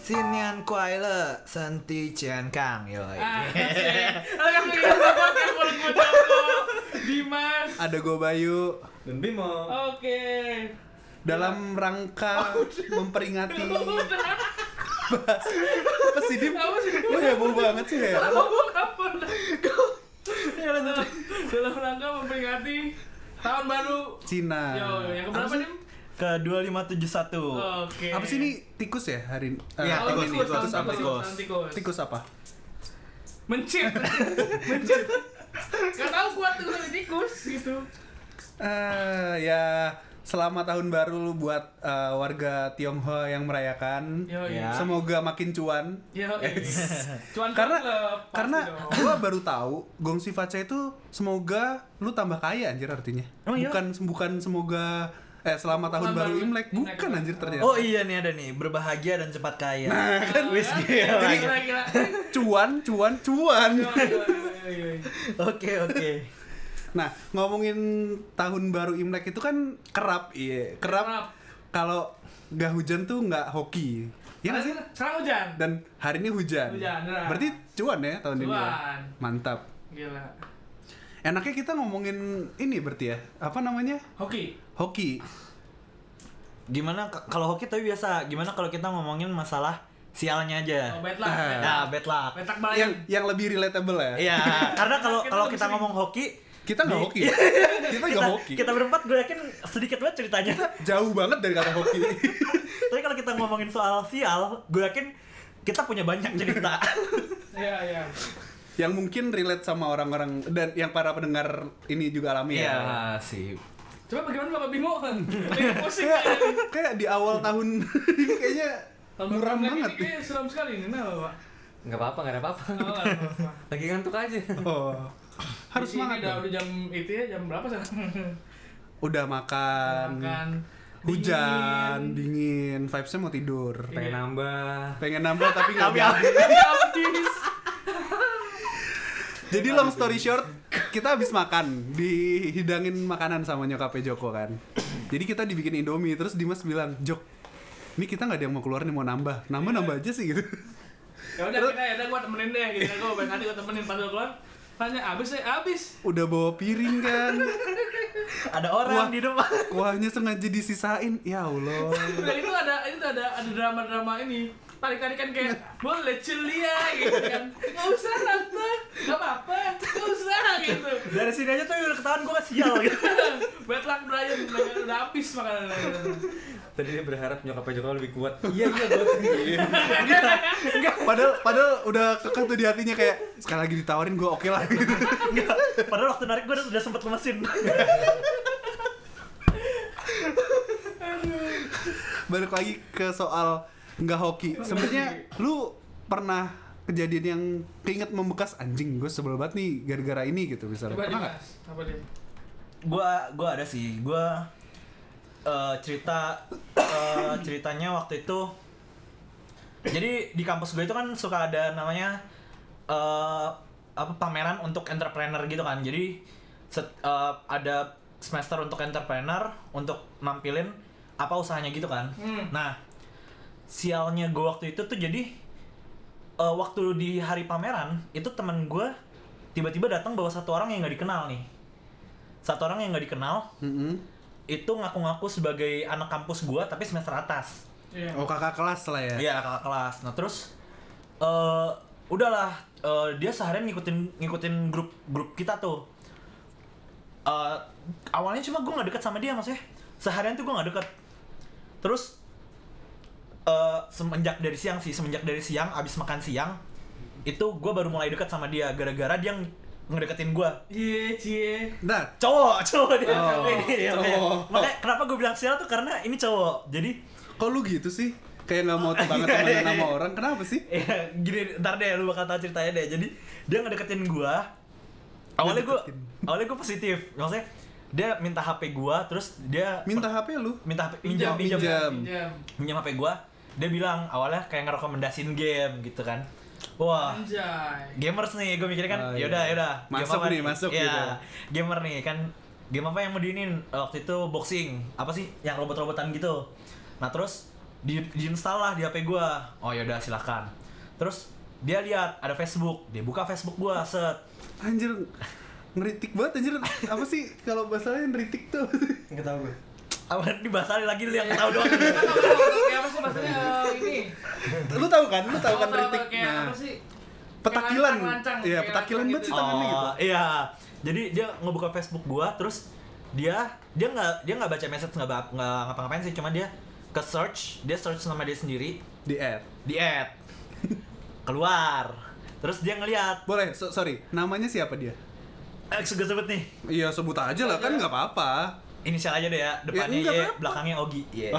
新年快乐，身体健康，yoi. Dimas. Ada Gobayu Dan Bimo. Oke. dalam rangka memperingati apa sih Dim? Lu heboh banget sih ya. Dalam rangka memperingati tahun baru Cina. Yo, yang keberapa nih? Ke 2571. Oke. Apa sih ini tikus ya hari? Iya, Oh, tikus, tikus, tikus apa? tikus. Tikus apa? Mencit. Gak tau buat tikus gitu. Ya selamat tahun baru buat warga Tionghoa yang merayakan. Yo, Ya. Semoga makin cuan. Yo, cuan Karena klub, karena pasti dong. gua baru tahu Gong Sifaca itu semoga lu tambah kaya anjir artinya. Oh, iya? Bukan semoga selamat tahun baru Imlek, bukan anjir ternyata. Oh iya nih ada nih, berbahagia dan cepat kaya. kan Wis gila. Gila. cuan. Yo. Oke. Nah, ngomongin tahun baru Imlek itu kan kerap. Kerap. Kalau nggak hujan tuh nggak hoki. Iya nggak sih? Sekarang hujan. Dan hari ini hujan. Hujan, benar. Berarti cuan ya tahun ini. Ya? Cuan. Mantap. Gila. Enaknya kita ngomongin ini berarti ya. Apa namanya? Hoki. Gimana kalau hoki tapi biasa. Gimana kalau kita ngomongin masalah sialnya aja? Oh, bad luck. Nah, bad luck. Petak bayang. Yang lebih relatable ya. Iya, karena kalau Kita kita sering- ngomong hoki, Kita nggak hoki. Kita nggak hoki. kita berempat gue yakin sedikit banget ceritanya. Jauh banget dari kata hoki. Tapi kalau kita ngomongin soal sial, gue yakin kita punya banyak cerita. Iya. Yang mungkin relate sama orang-orang dan yang para pendengar ini juga alami ya. Iya sih. Coba bagaimana Bapak Bimo? Lagi pusing Kayak di awal tahun ini kayaknya muram banget. Ini seram sekali ini, nah, Pak. Enggak apa-apa, enggak ada apa-apa. Oh, nggak apa-apa. Lagi ngantuk aja. Oh. Harus Di sini semangat dong. udah jam itu ya, jam berapa sekarang? Udah makan. Hujan, dingin, vibes-nya mau tidur. Pengen nambah. Pengen nambah tapi nggak bisa. Habis. Jadi long story short, kita habis makan, dihidangin makanan sama nyokapnya Joko kan. Jadi kita dibikin Indomie, terus Dimas bilang, "Jok, ini kita nggak ada yang mau keluar nih, mau nambah aja sih gitu." Ya udah gua temenin deh gitu. Gua baik hati gua temenin pas gua keluar. Tanya habis. Udah bawa piring kan, Ada orang di depan. kuahnya sengaja disisain, ya Allah. Udah itu ada drama ini. Tarik-tarikan kayak boleh celia gitu kan. Enggak usah tante. Enggak apa-apa. Enggak usah gitu. Dari sini aja tuh udah ketahuan gue sial gitu. Bad luck Brian udah habis makanan. Tadi dia berharap nyokapnya Joko lebih kuat. Iya, gue Enggak, padahal udah kekeh tuh di hatinya kayak sekali lagi ditawarin gue oke lah gitu. Enggak. Padahal waktu narik gue udah sempet lemesin. Balik lagi ke soal nggak hoki. Sebenarnya lu pernah kejadian yang keinget membekas, anjing gue sebel banget nih gara-gara ini gitu misalnya. Coba Pernah nggak? Dimas. Apa dia? Gua ada sih. Ceritanya waktu itu. Jadi di kampus gue itu kan suka ada namanya pameran untuk entrepreneur gitu kan. Jadi ada semester untuk entrepreneur untuk nampilin apa usahanya gitu kan. Nah, sialnya gue waktu itu tuh jadi waktu di hari pameran itu temen gue tiba-tiba datang bawa satu orang yang nggak dikenal nih. Satu orang yang nggak dikenal itu ngaku-ngaku sebagai anak kampus gue tapi semester atas. Iya. Oh, kakak kelas lah ya. Iya, kakak kelas. Nah terus udahlah dia seharian ngikutin grup kita tuh. Awalnya cuma gue nggak deket sama dia, maksudnya seharian tuh gue nggak deket. Terus semenjak dari siang abis makan siang itu gue baru mulai deket sama dia gara-gara dia ngedeketin gue. Cie. Nah, Cowok dia. Oh, Ini, cowok. makanya kenapa gue bilang sial tuh karena ini cowok. Jadi kok lu gitu sih? Kayak nggak mau banget temenan sama orang, kenapa sih? ya gini, ntar deh lu bakal tahu ceritanya deh. Jadi dia ngedeketin gue. Awalnya gue positif. Maksudnya dia minta HP gue, terus dia Minta HP lu? minta HP Pinjam. minjam HP gue. Dia bilang awalnya kayak ngerekomendasiin game gitu kan. Wah, Anjay. gamers nih, gue mikirnya kan, Oh, iya. yaudah. Masuk nih, masuk ya, gitu. Gamer nih kan, game apa yang mau diinin waktu itu boxing, apa sih, yang robot-robotan gitu. Nah terus diinstal lah di HP gue. Oh ya udah silakan. Terus dia lihat ada Facebook, dia buka Facebook gue, set. Anjir, ngeritik banget anjir. Apa sih kalau bahasanya ngeritik tuh? Enggak tahu gue. Apa dibahasain lagi lu yang tahu doang. Kayak apa sih maksudnya ini? Lu tahu kan ngeritik. Kayak apa sih? Petakilan. Lancang, Iya, kayak petakilan lancang banget sih gitu. tangannya gitu. Oh iya. Jadi dia ngebuka Facebook gua, terus dia nggak baca message, nggak ngapa-ngapain sih, cuma dia ke search, dia search nama dia sendiri, Di add. di add, keluar, terus dia ngeliat, Boleh, sorry. Namanya siapa dia? gue sebut nih, Iya, sebut aja lah kan nggak apa-apa. inisial aja deh ya, depannya enggak Y, apa-apa. belakangnya Ogi. Iya.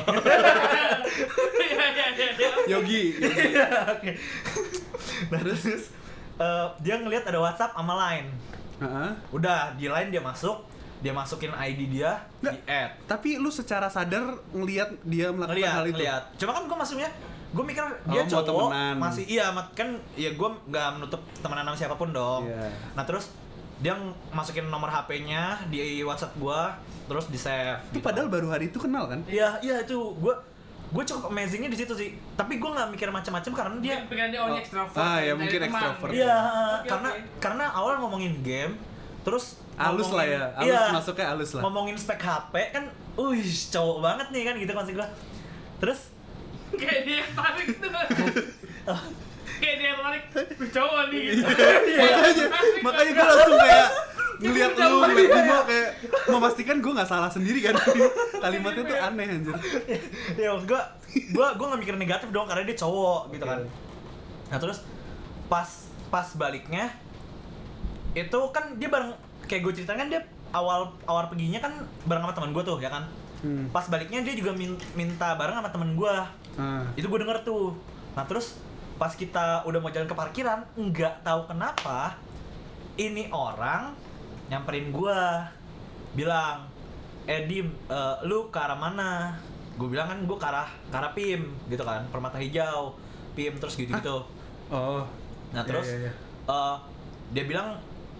Iya. Yogi. Oke. Nah, terus dia ngeliat ada WhatsApp sama Line. Heeh. Udah di Line dia masukin ID dia, Nggak. di add. Tapi lu secara sadar ngelihat dia melakukan hal itu. Ngeliat. Cuma kan gue maksudnya, gue mikir dia mau cowok, temenan. masih kan ya gue nggak menutup temenan sama siapapun dong. Iya. Nah terus dia masukin nomor HP-nya di WhatsApp gue, terus di save. Itu padahal baru hari itu kenal kan? Iya itu gue cukup amazingnya di situ sih. Tapi gue nggak mikir macam-macam karena dia Pikiran dia orangnya ekstrovert. Ah, ya dari mungkin teman. ekstrovert. iya Oke, oke. karena awal ngomongin game, terus Halus lah ya, halus iya, masuknya halus lah. ngomongin spek HP kan, cowok banget nih kan gitu maksud gue. Terus Kayak dia yang tarik gitu. Kayak dia yang tarik. Wih, cowok nih gitu. makanya gue langsung kayak ngeliat lu, ngeliat Bimo kayak memastikan gue nggak salah sendiri kan. Kalimatnya tuh aneh anjir. ya maksud gue nggak mikir negatif dong karena dia cowok gitu kan. Nah terus pas baliknya itu kan dia bareng, kayak gue ceritain kan, dia awal perginya kan bareng sama teman gue tuh ya kan. Pas baliknya dia juga minta bareng sama temen gue. Itu gue denger tuh. Nah terus pas kita udah mau jalan ke parkiran, nggak tahu kenapa ini orang nyamperin gue, bilang, Dim, lu ke arah mana? Gue bilang kan gue ke arah PIM gitu kan, Permata Hijau, PIM, terus gitu-gitu. Oh. Nah terus Iya. dia bilang,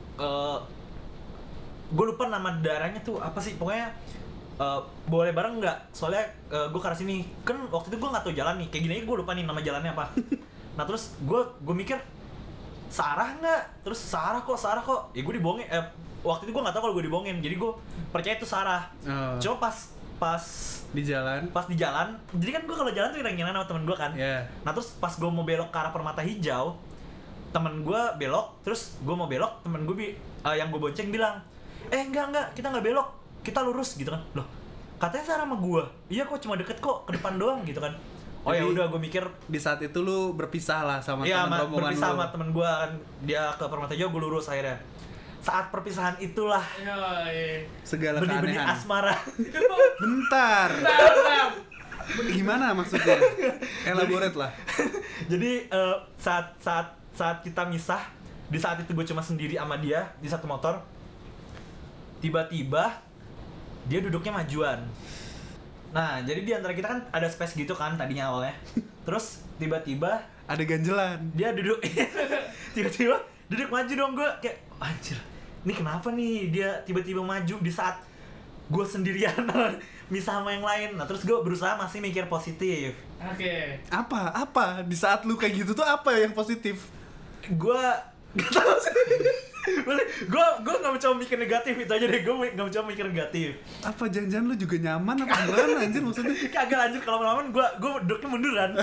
gue lupa nama daerahnya tuh apa sih, pokoknya boleh bareng nggak? Soalnya gue ke arah sini, kan waktu itu gue nggak tahu jalan nih, kayak gini aja gue lupa nih nama jalannya apa. Nah terus gue mikir, searah nggak? Terus searah kok, ya gue dibohongin. Waktu itu gue nggak tahu kalau gue dibohongin, jadi gue percaya itu searah. Cuma pas Di jalan. di jalan, jadi kan gue kalau jalan tuh kira-kira sama temen gue kan. Iya. Nah terus pas gue mau belok ke arah Permata Hijau, temen gue belok, terus gue mau belok, temen gue yang gue bonceng bilang, enggak, kita nggak belok, kita lurus gitu kan. Loh, katanya searah sama gue. Iya kok, cuma deket kok, ke depan doang gitu kan. Oh ya Jadi, udah, gue mikir, Di saat itu lu berpisah lah sama iya, teman rombongan berpisah lu. sama temen gue kan, dia ke Permata Hijau, gue lurus akhirnya. Saat perpisahan itulah Yoi. Segala benih-benih keanehan. asmara. Bentar. Bentar. Gimana maksudnya? Elaborate lah. Jadi saat kita misah, di saat itu gue cuma sendiri sama dia di satu motor. Tiba-tiba dia duduknya majuan. Nah, jadi di antara kita kan ada space gitu kan tadinya awalnya. Terus tiba-tiba Ada ganjelan. dia duduk tiba-tiba duduk maju dong. Gue kayak, anjir, ini kenapa nih dia tiba-tiba maju di saat gue sendirian misah sama yang lain. Nah terus gue berusaha masih mikir positif. Oke. Apa? Di saat lu kayak gitu tuh apa yang positif? Gue gak tau sih. Gue gak mencoba mikir negatif, itu aja deh. Gue gak mencoba mikir negatif. Apa jangan-jangan lu juga nyaman apa gimana anjir maksudnya? Kagak, lanjut, kalau lama-lama gue duduknya munduran.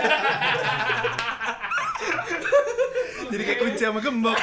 Jadi kayak kunci sama gembok.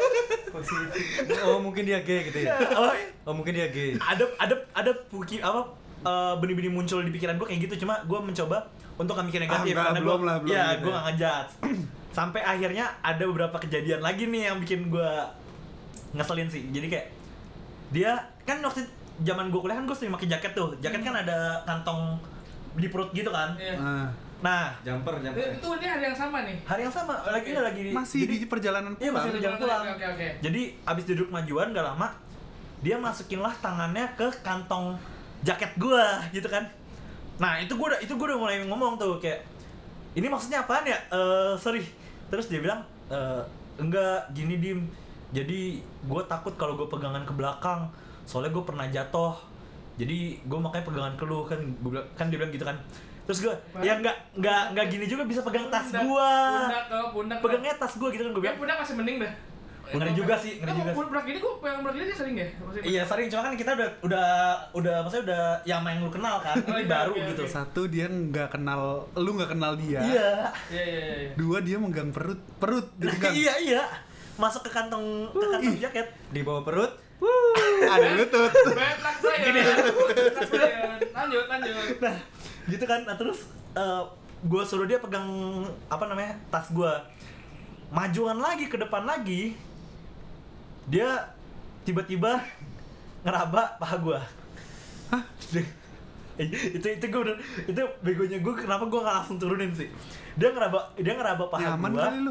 Oh mungkin dia gay gitu ya? Oh mungkin dia gay. Ada benih-benih muncul di pikiran gue kayak gitu. Cuma gue mencoba untuk gak mikir negatif. Enggak, karena belum gue gitu. gak ngejudge. Sampai akhirnya ada beberapa kejadian lagi nih yang bikin gue ngeselin sih. Jadi kayak dia kan waktu zaman gue kuliah kan gue sering pakai jaket tuh. Jaket kan ada kantong di perut gitu kan. Iya. Nah, Jumper. Itu ini hari yang sama nih. hari yang sama lagi Masih jadi, di perjalanan iya, pulang. masih di jalan pulang. Oke. Jadi abis duduk majuan gak lama, dia masukinlah tangannya ke kantong jaket gua gitu kan. Nah itu gua udah mulai ngomong tuh kayak, ini maksudnya apaan ya? Sorry. Terus dia bilang, enggak, gini Dim. Jadi gua takut kalau gua pegangan ke belakang, soalnya gua pernah jatuh. Jadi gua makanya pegangan ke lu kan. Dia bilang gitu kan. Terus gue, ya nggak gini juga bisa pegang tas gue. Pundak. Pegangnya tas gue gitu kan gue Ya bilang. pundak masih mending dah. Ngeri juga sih. Pundak ini gue pegang pundak ini sering ya? Iya sering, cuma kan kita udah maksudnya udah yang main lu kenal kan, ini iya, baru oke, gitu. oke. Satu dia nggak kenal, lu nggak kenal dia. Iya. Iya. Dua dia megang perut dipegang. Iya. Masuk ke kantong jaket. Di bawah perut. Ada lutut. Betlak saya. Lanjut. Nah, gitu kan. Nah, terus gue suruh dia pegang tas gue. Majuan lagi ke depan lagi. Dia tiba-tiba ngeraba paha gue. Hah? itu gue udah, itu begonya gue, kenapa gue nggak langsung turunin sih? Dia ngeraba paha Nyaman gue. kali lu.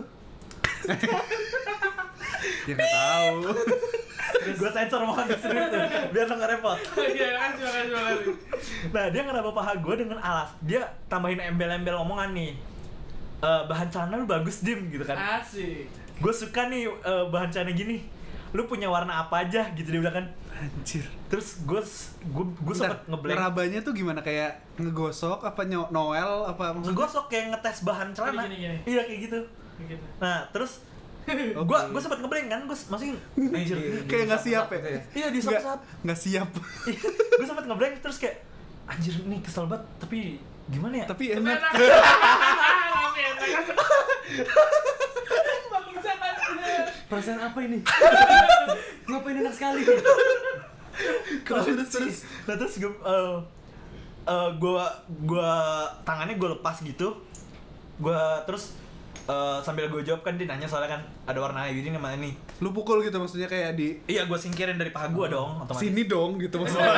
Ya nggak tahu. Gue sensor banget sendiri tuh, biar lo nggak repot. Iya, kasih. Nah, dia ngeraba paha gue dengan alas. Dia tambahin embel-embel omongan nih. Bahan celana lu bagus, Dim, gitu kan. Asik. Gue suka nih bahan celana gini. Lu punya warna apa aja gitu, dia bilang kan. Anjir. Terus gue sempet ngeblank. Ngerabanya tuh gimana, kayak ngegosok apa Noel apa maksudnya? Ngegosok kayak ngetes bahan celana. Gini. Iya kayak gitu. Gitu. Nah, terus gue sempet ngeblank kan, gue masih anjir. Kayak nggak siap ya? Iya, disap-sap. Nggak siap. Gue sempet ngeblank terus kayak anjir nih kesel banget, tapi gimana ya? Tapi enak. Tapi enak. Perasaan apa ini? Ngapain enak sekali? Terus. Nah, terus gue tangannya gue lepas gitu. Gue terus sambil gue jawab kan, dia nanya soalnya kan ada warna ini sama ini. Lu pukul gitu maksudnya, kayak di Iya, gue singkirin dari paha gue dong, otomatis. sini dong gitu maksudnya.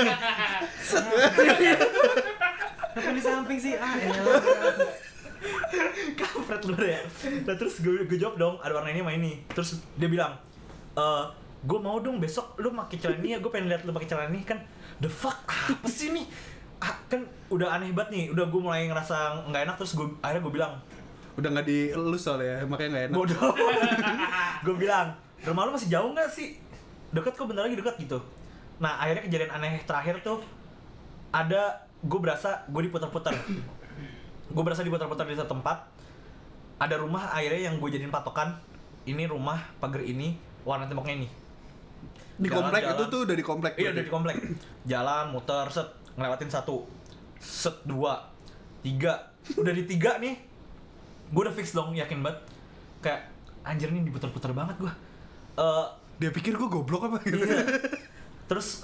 Kenapa di samping sih? Kampret lu ya. Nah, terus gue jawab dong, ada warna ini sama ini. Terus dia bilang, gue mau dong besok lu pakai celana ini ya, gue pengen lihat lu pakai celana ini kan. The fuck, apa sih nih? Kan udah aneh banget nih, udah gue mulai ngerasa nggak enak. Terus akhirnya gue bilang, Udah nggak dielus soalnya, makanya nggak enak. bodoh. Gue bilang, rumah lu masih jauh nggak sih? Deket kok, bentar lagi deket gitu. Nah, akhirnya kejadian aneh terakhir tuh ada, gue berasa gue diputar-putar. Gue berasa diputar-putar di satu tempat. Ada rumah akhirnya yang gue jadiin patokan. Ini rumah pagar ini, warna temboknya ini. Di komplek Jalan. itu tuh udah di komplek. Iya, udah di komplek. Jalan, muter, set, ngelewatin 1, set 2, 3. Udah di 3 nih, gue udah fix dong, yakin banget. Kayak anjir nih diputar-putar banget gue. Dia pikir gue goblok apa gitu. Iya. Terus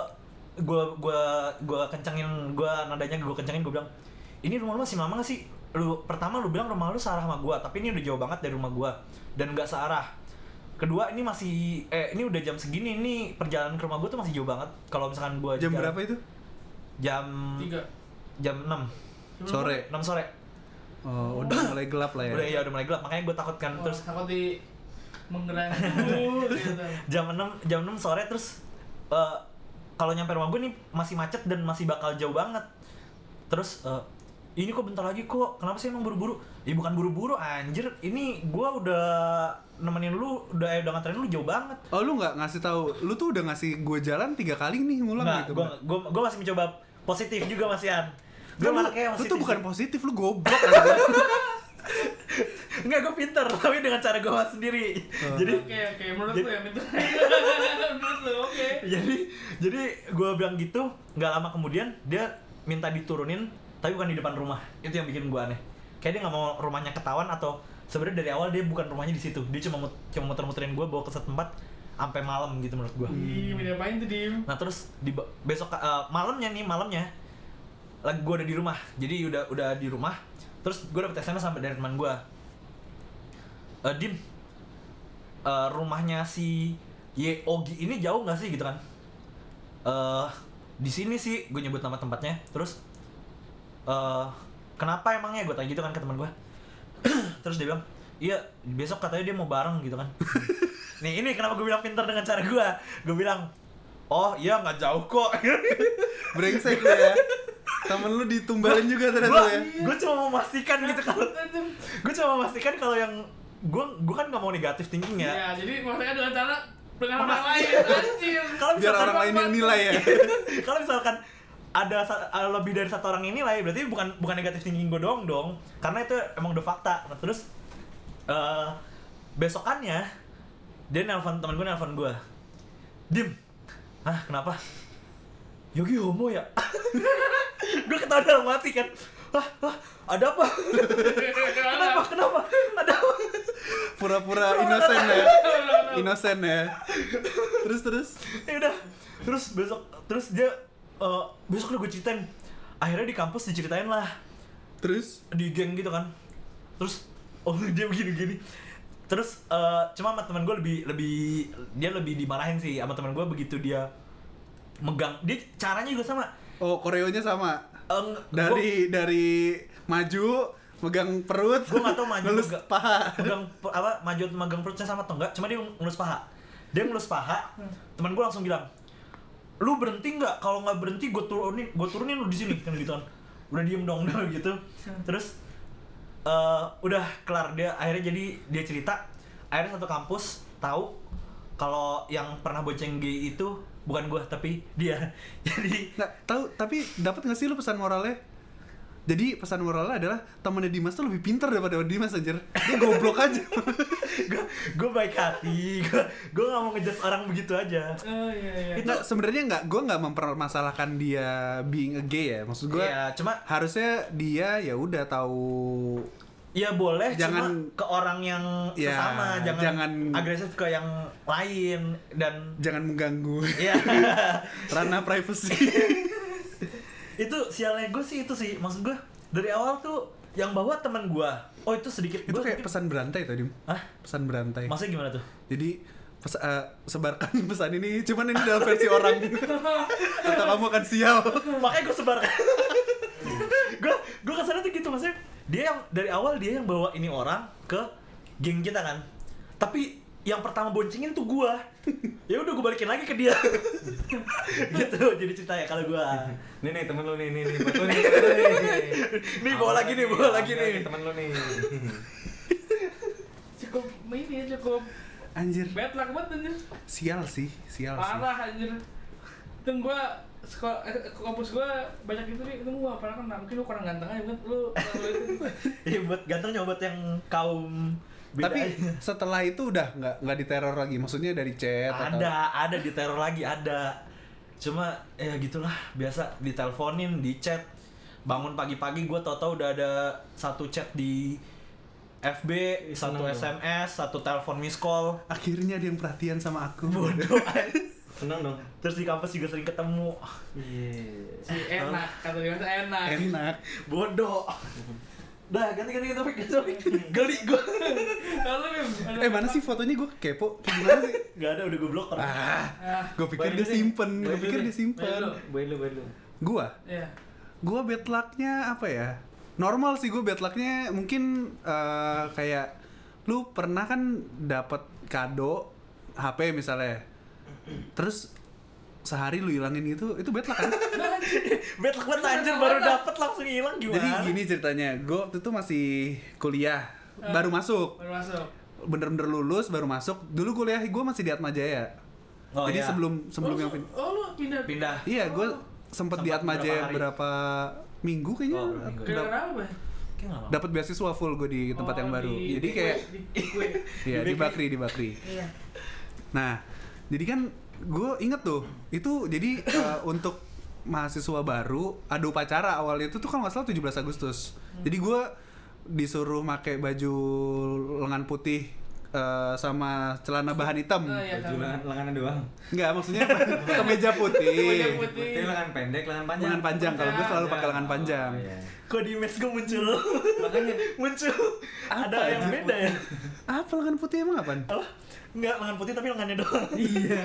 gue kencengin, nadanya gue kencengin, gue bilang, ini rumah lu masih lama gak sih? Pertama lu bilang rumah lu searah sama gue, tapi ini udah jauh banget dari rumah gue dan gak searah. Kedua, ini masih ini udah jam segini, ini perjalanan ke rumah gue tuh masih jauh banget. Kalau misalkan gue Jam berapa itu? Jam 3 jam 6 Sore. 6 sore. Oh, udah mulai gelap lah ya. Udah mulai gelap, makanya gue takut kan. Terus takut di menggerak gitu. jam 6 sore. Terus kalau nyampe rumah gue nih masih macet dan masih bakal jauh banget. Terus ini kok bentar lagi kok, kenapa sih emang buru-buru? Ya bukan buru-buru anjir, ini gue udah nemenin lu, udah nganterin lu jauh banget. Oh, lu nggak ngasih tahu? Lu tuh udah ngasih gue jalan 3 kali nih ngulang Nggak, gitu. gue masih mencoba positif juga Mas Ian. Gue Lu tuh bukan positif, lu goblok. Enggak, gue pinter, tapi dengan cara gue sendiri. Jadi Oke, menurut lu ya pintar. Menurut lu, oke. Jadi gue bilang gitu, nggak lama kemudian dia minta diturunin, tapi bukan di depan rumah. Itu yang bikin gue aneh. Kayak dia nggak mau rumahnya ketahuan, atau sebenarnya dari awal dia bukan rumahnya di situ. Dia cuma muter-muterin gue bawa ke satu tempat sampai malam gitu menurut gue. Ih, ngapain tuh, Dim? Nah, terus besok malamnya lagi gue udah di rumah. Jadi udah di rumah. Terus gue dapet SMS sampai dari teman gue. Dim, rumahnya si Yogi ini jauh nggak sih gitu kan? Di sini sih, gue nyebut nama tempatnya. Terus kenapa emangnya, gue tanya gitu kan ke teman gue. Terus dia bilang, iya besok katanya dia mau bareng gitu kan. Nih, ini kenapa gue bilang pintar dengan cara gue. Gue bilang, oh iya nggak jauh kok. Brengsek lu ya. Temen lu ditumbalin juga ternyata ya. Gue cuma memastikan gitu kalau gue cuma memastikan kalau yang gue kan nggak mau negatif thinking ya. Iya, jadi maksudnya dengan cara dengan orang Memastikan. lain, anjir. Kalau Biar orang lain yang nilai ya. Kalau misalkan lebih dari satu orang yang nilai, berarti bukan negatif thinking gue doang dong, karena itu emang udah fakta. Nah, terus besokannya teman gue nelfon gue, Dim, kenapa? Yogi homo ya? Gue ketawa dalam hati kan, ada apa? Kenapa? Ada apa? Pura-pura inosen ya. Terus Ya udah, terus dia besok udah gue ceritain. Akhirnya di kampus diceritain lah, terus di geng gitu kan. Terus dia begini. Terus cuma sama teman gue lebih dimarahin sih sama teman gue begitu dia megang. Dia caranya juga sama. Oh, koreonya sama. Dari maju megang perut. Gue nggak tahu ngelus paha. Maju atau megang perutnya sama atau enggak. Cuma dia ngelus paha. Teman gue langsung bilang, lu berhenti nggak? Kalau nggak berhenti gue turunin lu di sini kan gitu kan. Udah diem dong gitu. Terus udah kelar, akhirnya dia cerita. Akhirnya satu kampus tahu kalau yang pernah bonceng gay itu bukan gue tapi dia. Jadi nggak tahu, tapi dapat nggak sih lu pesan moralnya? Jadi pesan moralnya adalah temannya Dimas tuh lebih pintar daripada Dimas anjir. Dia goblok aja. gue baik hati. Gue nggak mau ngejudge orang begitu aja. Oh iya. Itu sebenarnya gue nggak mempermasalahkan dia being a gay ya. Maksud gue cuma harusnya dia ya udah tahu. Ya boleh, jangan cuma ke orang yang sesama, jangan agresif ke yang lain dan jangan mengganggu. Iya. Ranah privacy. Itu sialnya gue sih, maksud gue dari awal tuh yang bawa teman gue. Oh itu sedikit. Itu kayak pesan berantai tadi. Pesan berantai. Maksudnya gimana tuh? Jadi sebarkan pesan ini, cuman ini dalam versi orang. Atau kamu akan sial. Makanya gue sebarkan. gue kesana tuh gitu, maksudnya dia yang dari awal dia yang bawa ini orang ke geng kita kan. Tapi yang pertama boncengin tuh gue. Ya udah gue balikin lagi ke dia. Gitu jadi cerita ya kalau gue. Nih temen lu nih. Nih bawa lagi nih. Temen lu nih. Cukup Anjir. bad luck banget anjir. Sial sih. Parah anjir. Itu gue kampus gue banyak gitu nih, itu gue gak pernah kena. Mungkin lu kurang ganteng aja, mungkin lu itu. Iya buat ganteng nyoba buat yang kaum beda. Tapi setelah itu udah nggak diteror lagi, maksudnya dari chat ada diteror lagi, ada. Cuma ya gitulah, biasa diteleponin, di chat. Bangun pagi-pagi gue tau-tau udah ada satu chat di FB, satu SMS, satu telepon miss call. Akhirnya dia yang perhatian sama aku. Bodoh. Seneng dong. Terus di kampus juga sering ketemu. Si enak, kata dia enak. Bodoh. Dah ganti topik. Geli gue. Mana sih fotonya, gue kepo. Gimana sih? Gak ada, udah gue blokir. Gue pikir dia simpen. Boy lu. Gua? Iya. Gua bad luck-nya apa ya? Normal sih gue bad luck-nya mungkin kayak lu pernah kan dapat kado HP misalnya. Terus sehari lu hilangin itu bad luck kan? Bad luck banget anjir, baru dapet langsung hilang gimana? Jadi gini ceritanya, gue waktu itu masih kuliah, baru masuk. Bener-bener lulus, baru masuk. Dulu kuliah gue masih di Atmajaya. Jadi iya. sebelum yang lu pindah? Iya, gue sempet di Atmajaya berapa minggu kayaknya. Kenapa? Dapat beasiswa full gue di tempat yang baru. Jadi kayak di Bakri. Iya. Nah, jadi kan gue inget tuh, itu jadi untuk mahasiswa baru ada upacara awalnya itu tuh kan nggak salah 17 Agustus. Jadi gue disuruh pakai baju lengan putih sama celana bahan hitam. Baju lengan doang. Enggak, maksudnya kemeja putih. Lengan pendek, lengan panjang. Lengan panjang, kalau gue selalu pakai lengan panjang. Kok di mes gue muncul? Makanya muncul. Ada yang beda ya? Apa lengan putih emang apaan? Apa? Enggak, lengan putih tapi lengannya doang. Iya.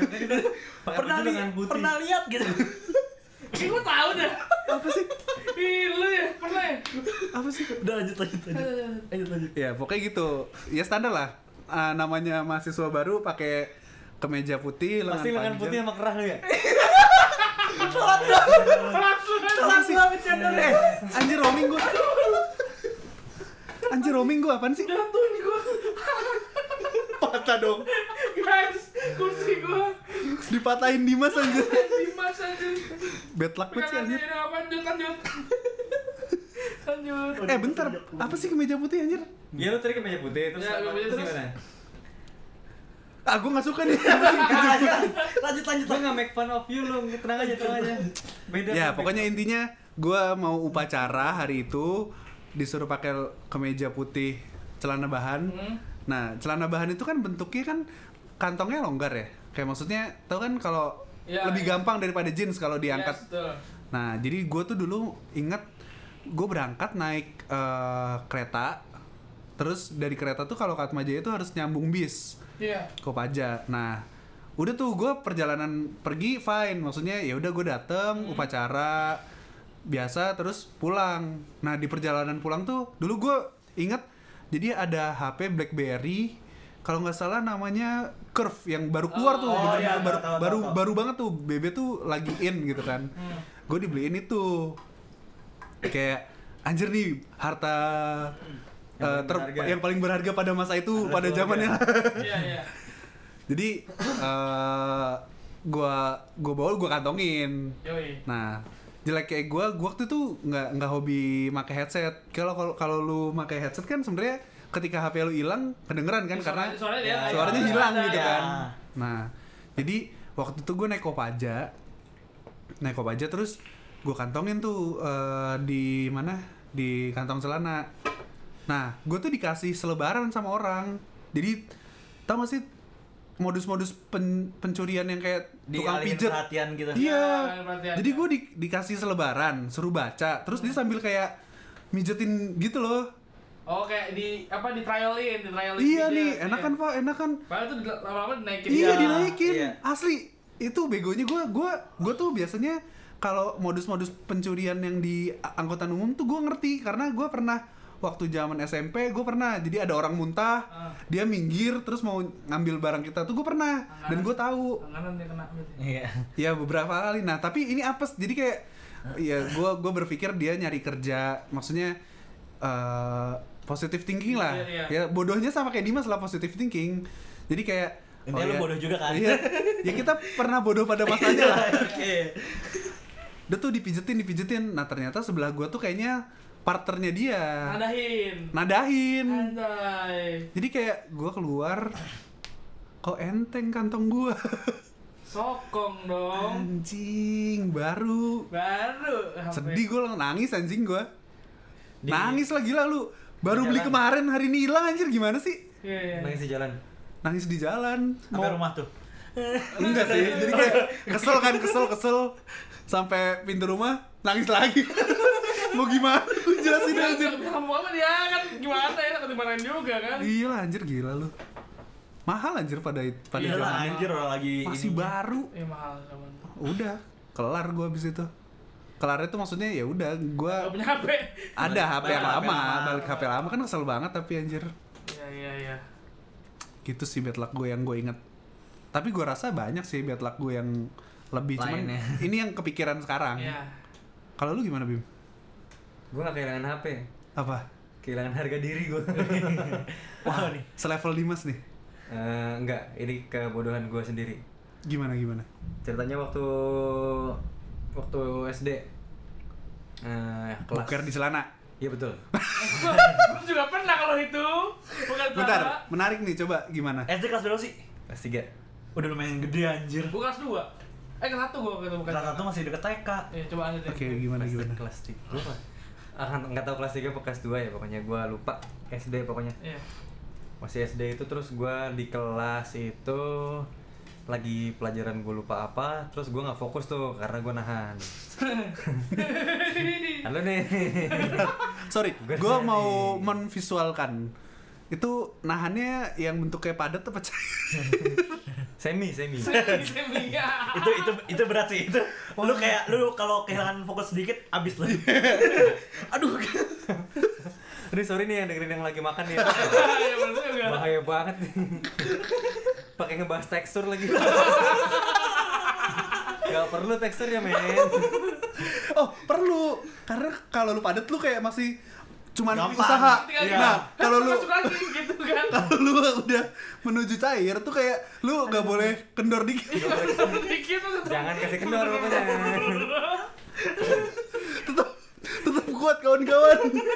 Pernah lihat gitu. Gue tahu dah. Apa sih? Lu ya, pernah ya? Apa sih? Udah lanjut. Ya pokoknya gitu. Ya standar lah. Namanya mahasiswa baru pakai kemeja putih, lengan pasti panjang. lengan putih sama kerah lu ya? Apa sih? Anjir roaming gua apaan sih? Jatuh nih gue. Patah dong. Guys, kursi gue Dipatahin Dimas anjir. Dimas anjir. Bad luck banget sih anjir. Lanjut. Bentar, apa sih kemeja putih anjir? Iya, lu tadi kemeja putih terus Ya, kemeja terus terus. gimana? Gue gak suka nih. Lanjut. Gue nggak make fun of you, lu tenang aja. Beda. Ya pokoknya intinya gue mau upacara hari itu disuruh pakai kemeja putih celana bahan. Nah celana bahan itu kan bentuknya kan kantongnya longgar ya. Kayak maksudnya tau kan kalau Ya, lebih ya. gampang daripada jeans kalau diangkat. Yes, betul. Nah jadi gue tuh dulu inget gue berangkat naik kereta. Terus dari kereta tuh kalau ke Atmajaya itu harus nyambung bis. Iya. Kopaja. Nah, udah tuh gue perjalanan pergi fine, maksudnya ya udah gue dateng upacara biasa terus pulang. Nah di perjalanan pulang tuh dulu gue inget jadi ada HP BlackBerry kalau nggak salah namanya Curve yang baru keluar tuh, bener-bener baru banget tuh, BB tuh lagi in gitu kan. Gue dibeliin itu kayak anjir nih harta yang paling berharga pada masa itu, pada zamannya. Iya. Jadi gua kantongin. Yoi. Nah, jelek kayak gua waktu itu nggak hobi pakai headset. Kalau lu pakai headset kan sebenarnya ketika HP lu hilang kedengeran kan karena suaranya hilang gitu kan. Nah, jadi waktu itu gue naik Kopaja terus gue kantongin tuh di mana? Di kantong celana. Nah, gue tuh dikasih selebaran sama orang. Jadi, tau gak sih modus-modus pencurian yang kayak tukang pijet? Perhatian gitu. Iya. Perhatian. Jadi gue dikasih selebaran, suruh baca. Terus dia sambil kayak mijetin gitu loh. Oh, kayak di trialin. Iya pijet. nih, enakan Pak, enakan. Padahal tuh lama-lama dinaikin. Iya, dinaikin. Iya. Asli. Itu begonya gue tuh biasanya kalau modus-modus pencurian yang di angkutan umum tuh gue ngerti karena gue pernah waktu zaman SMP gue pernah jadi ada orang muntah dia minggir terus mau ngambil barang kita tuh gue pernah dan gue tahu Langganan dia kena gitu. Iya. ya beberapa kali. Nah tapi ini apes jadi kayak ya gue berpikir dia nyari kerja maksudnya positive thinking lah. Iya. Ya bodohnya sama kayak Dimas lah positive thinking jadi kayak Intinya lu bodoh juga kan? Iya, ya kita pernah bodoh pada masanya lah. Oke. Dia tuh dipijetin. Nah ternyata sebelah gua tuh kayaknya partnernya dia. Nadahin. Anjay. Jadi kayak gua keluar, kok enteng kantong gua. Sokong dong. Anjing, baru. Sedih gua nangis anjing gua. Nangis lah gila lu. Baru beli kemarin hari ini hilang anjir gimana sih? Iya. Nangis di jalan. Sampai rumah tuh. Enggak sih, jadi kayak kesel sampai pintu rumah nangis lagi. Mau gimana? Jelasin aja. Kamu apa dia kan gimana ya takut dimarahin juga kan? Iya lah anjir gila lu. Mahal anjir pada Iya lah, zamannya. anjir orang lagi Masih ini. baru. Iya mahal zaman. Udah, kelar gua abis itu. Kelar itu maksudnya ya udah gua Gak punya HP. ada HP yang Balik HP lama, lama. balik HP lama kan kesel banget tapi anjir. Iya. Gitu sih bad luck gue yang gue inget. Tapi gue rasa banyak sih bad luck gue yang lebih cuman Lainnya. ini yang kepikiran sekarang. Iya. Kalau lu gimana Bim? Gue gak kehilangan HP, Apa? kehilangan harga diri gue. Wah nih. Selevel Dimas nih. Enggak, ini kebodohan gue sendiri. Gimana? Ceritanya waktu SD kelas. Boker di celana. Iya betul. Gue juga pernah kalau itu. Bukan Bentar, salah. menarik nih, coba gimana? SD kelas berapa sih? Kelas 3. Udah lumayan gede anjir. Gue kelas 2. Kelas 1 gue ketemu Kelas 1 masih deket TK. Iya, coba aja deh. Oke, gimana? Kelas 3. Lupa. Nggak tahu kelas 3 atau kelas 2 ya, pokoknya gue lupa. SD pokoknya. Iya. Masih SD itu terus gue di kelas itu lagi pelajaran gue lupa apa, terus gue nggak fokus tuh karena gue nahan. Halo nih. Sorry, gue mau menvisualkan. Itu nahannya yang bentuknya padat apa cair? Semi. Semia. Itu berat sih itu. Lu kayak lu kalau kehilangan fokus sedikit abis lu. Aduh. Ini sorry nih yang dengerin yang lagi makan nih. Iya, bener juga. Bahaya banget nih. Pakai ngebahas tekstur lagi. Gak perlu tekstur ya men. Oh, perlu. Karena kalau lu padat lu kayak masih cuman Gampang. usaha. Tinggal Nah, kalau lu masuk lagi gitu kan. kalau lu udah menuju cair tuh kayak lu nggak boleh kendor dikit. Dikit tuh. Jangan kasih kendor pokoknya. Tetap kuat kawan-kawan.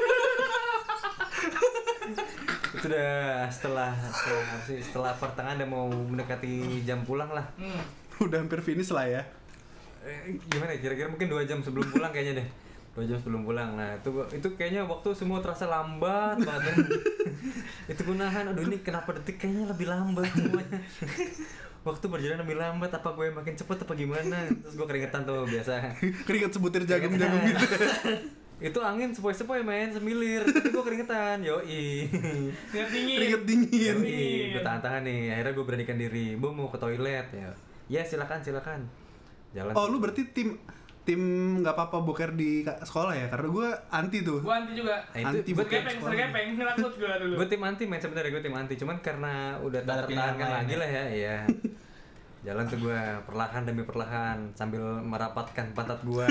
Itu udah setelah pertengahan udah mau mendekati jam pulang lah. Udah hampir finish lah ya. Gimana ya, kira-kira mungkin 2 jam sebelum pulang kayaknya deh. 2 jam sebelum pulang. Nah itu kayaknya waktu semua terasa lambat banget. Itu gue nahan, aduh ini kenapa detik kayaknya lebih lambat semuanya. Waktu berjalan lebih lambat, apa gue makin cepet apa gimana. Terus gue keringetan tuh biasa. Keringet sebutir jagung-jagung gitu. Itu angin sepoi-sepoi main semilir, tapi gue keringetan, yoi. Biar dingin. Keringet dingin. Gue tahan-tahan nih, akhirnya gue beranikan diri. Bu mau ke toilet ya. Ya silakan. Jalan. Oh, lu berarti tim nggak apa-apa boker di sekolah ya? Karena gue anti tuh. Gua anti juga. Nah, itu Anti gue boker. Sergepeng, ngelakut gua dulu. tim anti main sebenarnya, gue tim anti. Cuman karena udah Nggak ada tak pilihan tertahankan lain lagi ya. lah ya, iya. Jalan tuh gue perlahan demi perlahan sambil merapatkan pantat gue.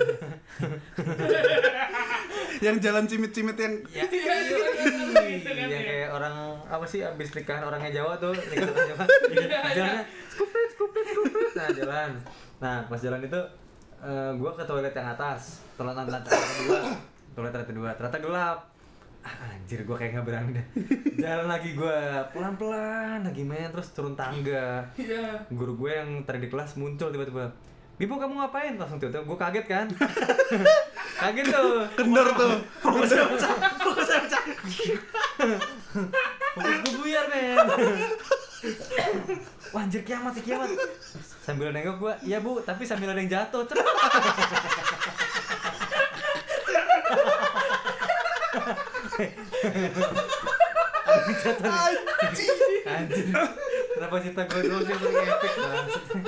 Yang jalan cimit-cimit yang Ya, iya kayak orang apa sih abis nikahan orangnya Jawa tuh, nikahan Jawa. Jalannya skupit. Nah jalan. Nah pas jalan itu gue ke toilet yang atas, toilet lantai kedua, ternyata gelap. Anjir gue kayak nggak berani deh. Jalan lagi gue pelan-pelan lagi main, terus turun tangga. Iya. Guru gue yang tadi di kelas muncul tiba-tiba. Bibu kamu ngapain? Langsung tiba-tiba gue kaget kan. Kaget tuh. kendor tuh. Fokusnya pecah. Fokus gue buyar men. Wah anjir kiamat. Sambil nengok gue, iya bu, tapi sambil ada yang jatuh. Cepet. Anjir. Kenapa cerita gue dulu sih paling epic banget.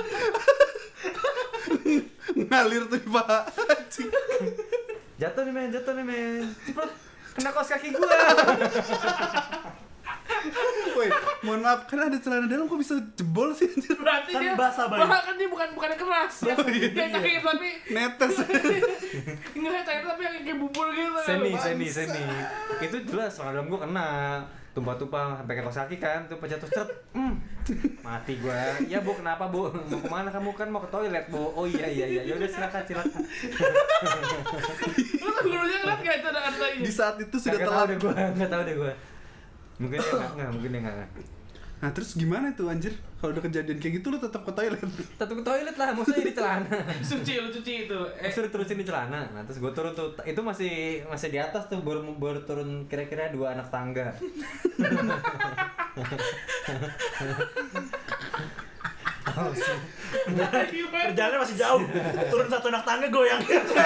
Ngalir tuh di paha. Anjing. Jatuh nih men. Cepet. Kena kaos kaki gue. Woi, mohon maaf, kan ada celana dalam kok bisa jebol sih anjir? Berarti Kan dia basah, Bay. Wah, kan dia bukannya keras. Dia kayak tapi Netes. enggak cair tapi yang kayak bubur gitu. Semi. Itu jelas celana dalam gue kena. Tumpah-tumpah sampai ke kaos kaki kan, tuh jatuh ceret. Mati gue. Ya bu, kenapa bu? Mau kemana kamu kan mau ke toilet bu? Oh iya. Ya udah silakan. Lu tuh gurunya ngeliat gak itu ada Di saat itu sudah Nggak telat. tahu deh gue. Mungkin dia nggak. Nah, terus gimana tuh anjir? Kalau udah kejadian kayak gitu lu tetap ke toilet. Tetap ke toilet lah, maksudnya di celana. lu cuci itu. Suruh terusin di celana. Nah, terus gue turun tuh. Itu masih di atas tuh baru turun kira-kira 2 anak tangga. Perjalanannya masih jauh. Turun 1 anak tangga goyang.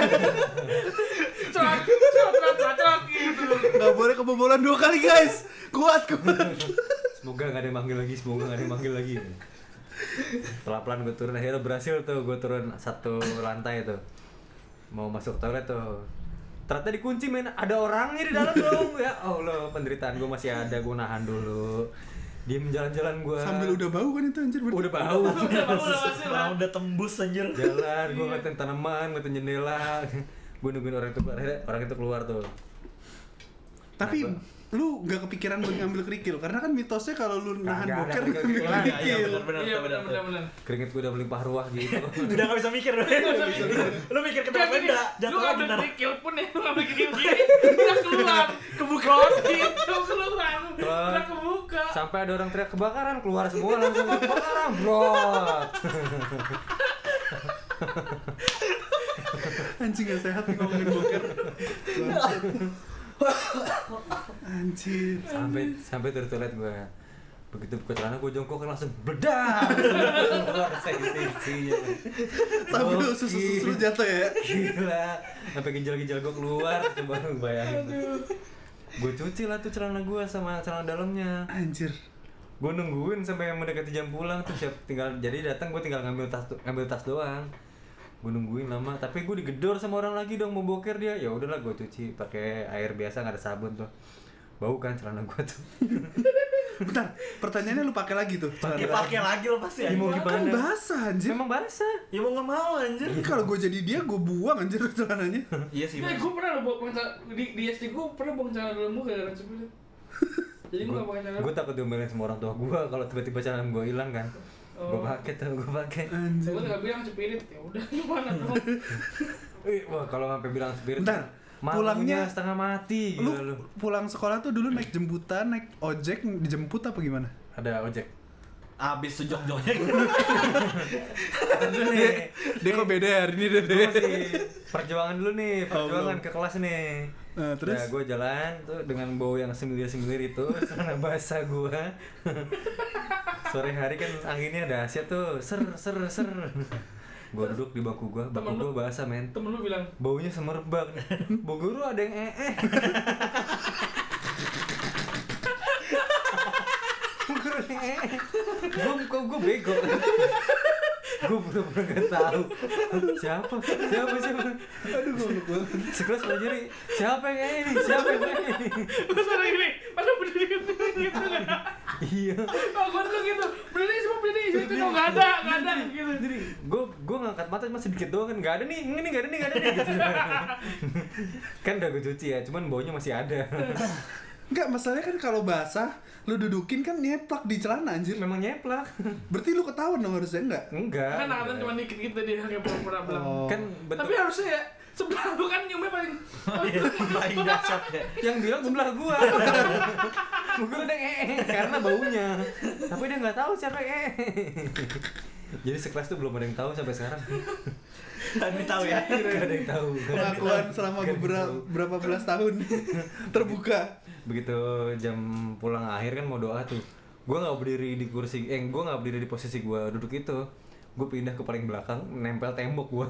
Celak gitu. Nggak boleh kebobolan 2 kali guys. Kuat. Semoga nggak ada yang manggil lagi. Pelan-pelan gue turun, akhirnya berhasil tuh gue turun 1 lantai tuh. Mau masuk toilet tuh. Ternyata dikunci men, ada orangnya di dalam dong. Ya Allah, penderitaan gue masih ada, gue nahan dulu. Diem jalan-jalan gue. Sambil udah bau kan itu anjir. Udah bau. Udah tembus anjir. Jalan, gue ngeliatin tanaman, ngeliatin jendela. Gue nungguin orang itu keluar, akhirnya orang itu keluar tuh. Tapi Kenapa? lu nggak kepikiran buat ngambil kerikil karena kan mitosnya kalau lu nahan Kagak ada boker kerikil. ngambil Iya, kerikil. benar. Iya benar. Keringet gue udah melimpah ruah gitu. Udah gak bisa mikir. Lu mikir ke depan enggak? Lu Jatuh lagi ngambil ntar. kerikil pun ya, lu ngambil kerikil gini, udah keluar, kebuka gitu, keluar, udah kebuka. Sampai ada orang teriak kebakaran, keluar semua langsung kebakaran, brot. Anjing gak sehat nih ngomongin boker. Anjir. Sampai dari toilet gue. Begitu buka celana gue jongkok langsung bedak. Keluar seisinya. Sampai usus-usus lu jatuh ya. Gila. Sampai ginjal-ginjal gue keluar, coba lu bayangin. Gue cuci lah tuh celana gue sama celana dalamnya. Anjir. Gue nungguin sampai mendekati jam pulang tuh jadi datang gue tinggal ngambil tas doang. Gue nungguin lama, tapi gue digedor sama orang lagi dong mau boker dia. Ya udahlah gue cuci pakai air biasa, nggak ada sabun tuh. Bau kan celana gue tuh. Bentar, pertanyaannya lu pakai lagi tuh. Ya pakai lagi lo pasti Ya, mau anjir. Kan gimana? basah anjir. Memang basah. Ya mau nggak mau anjir. Kalau gue jadi dia, gue buang anjir celananya. Iya sih. Nah, gue pernah lo bawa di SD gue pernah buang celana dalam gue gara-gara cepirit. Jadi gue gak pakai celana. Gue takut diomelin sama orang tua gue kalau tiba-tiba celana gue hilang kan. Gue pakai tuh, gue pakai. Anjir. Gue nggak bilang cepirit, ya udah gimana dong? Wah, kalau sampai bilang spirit. Bentar, pulangnya setengah mati lu gila lu. pulang sekolah tuh dulu naik jemputan, naik ojek, dijemput apa gimana? Ada ojek. Abis sejok-joknya. Dulu nih. Dia kok beda ya hari ini deh. Gue masih perjuangan dulu nih, perjuangan belum. ke kelas nih. Nah, terus? Ya, gue jalan tuh dengan bau yang semilir-semilir itu, celana basah gue. Sore hari kan anginnya dahsyat tuh, ser. Gue duduk di bangku gue basah men. Temen lu bilang, Baunya semerbak. Bu guru ada yang Bu guru ada yang Gue bego. Gue bener-bener gak tau siapa. Aduh, goblok banget. Sekelas pelajari siapa yang ini. gue suara gini, pada berdiri gitu kan. Iya. Oh, gue dulu gitu, berdiri semua berdiri, itu dong nggak ada gitu. Jadi gue ngangkat mata cuma sedikit doang kan, nggak ada nih gitu. Kan udah gue cuci ya, cuman baunya masih ada. Enggak, masalahnya kan kalau basah, lu dudukin kan nyeplak di celana anjir. Memang nyeplak. Berarti lu ketahuan dong harusnya enggak? Enggak. Kan angkatan cuma dikit gitu dia kayak pura-pura bilang. Oh. Kan bentuk Tapi harusnya ya, sebelah lu kan nyiumnya paling. Paling dahsyat ya. yang bilang sebelah gua. Gua udah karena baunya. Tapi dia nggak tahu siapa Jadi sekelas tuh belum ada yang tahu sampai sekarang. Tadi tahu ya. Gak ada yang tahu. Pengakuan selama berapa belas tahun terbuka. Begitu jam pulang akhir kan mau doa tuh. Gua nggak berdiri di kursi, gua nggak berdiri di posisi gua duduk itu. Gue pindah ke paling belakang, nempel tembok gua.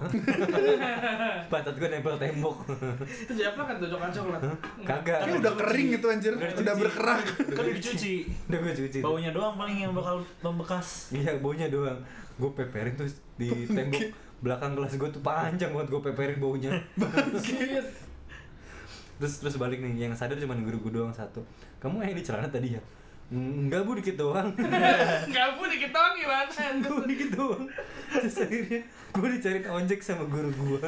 Pantat gua nempel tembok. Itu siapa kan cocokan coklat? Kagak. Ini udah kering itu anjir, udah berkerak. Kan dicuci. Udah gue cuci. Baunya doang paling yang bakal membekas. Iya, baunya doang. Gue peperin tuh di tembok belakang kelas gue tuh panjang banget, gue peperin baunya. Shit. Terus balik nih, yang sadar cuma guru gue doang satu. Kamu yang di celana tadi ya? Enggak bu, dikit doang. Enggak bu, dikit doang gimana? Gue dikit doang. Terus akhirnya gue dicariin ojek sama guru gue.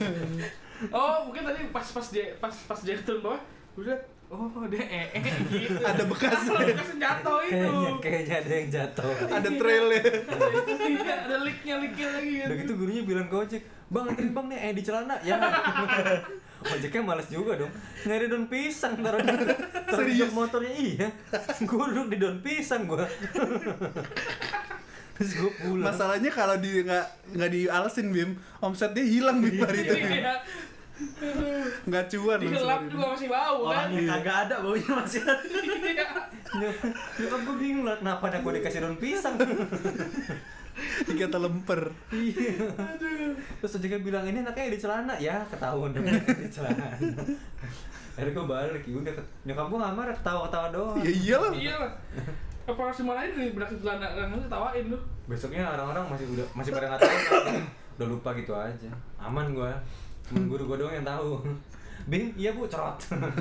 Oh, mungkin tadi pas dia turun bawah, gue liat, oh dia gitu. Ada bekasnya. Ada bekas yang jatuh itu. Kayaknya ada yang jatuh. Ada trailnya. Iya, ada leaknya lagi Udah gitu gurunya bilang ke ojek, bang anterin bang nih di celana ya. Ojeknya males juga dong, nyari daun pisang taruh di jok motornya. Iya, gue duduk di daun pisang gue. Terus gue pulang. Masalahnya kalau nggak dialesin Bim, omsetnya hilang Bim hari itu. Bim. Iya. Nggak cuan. Digelap juga masih bau kan. Orangnya kagak ada, baunya masih ada. Iya. Nyokap gue bingung lah, kenapa ada gue dikasih daun pisang. Dikata lemper. Iya. Terus ojeknya bilang, ini anaknya di celana. Ya, ketahuan dong di celana. Akhirnya gue balik, udah nyokap gue nggak marah, ketawa-ketawa doang. Ya iyalah. Iya lah. Apa harus dimarahin nih berak celana kan tawain lu. Besoknya orang-orang masih pada nggak tahu, udah lupa gitu aja. Aman gue, cuman guru gue doang yang tahu. Bim, iya bu, cerot.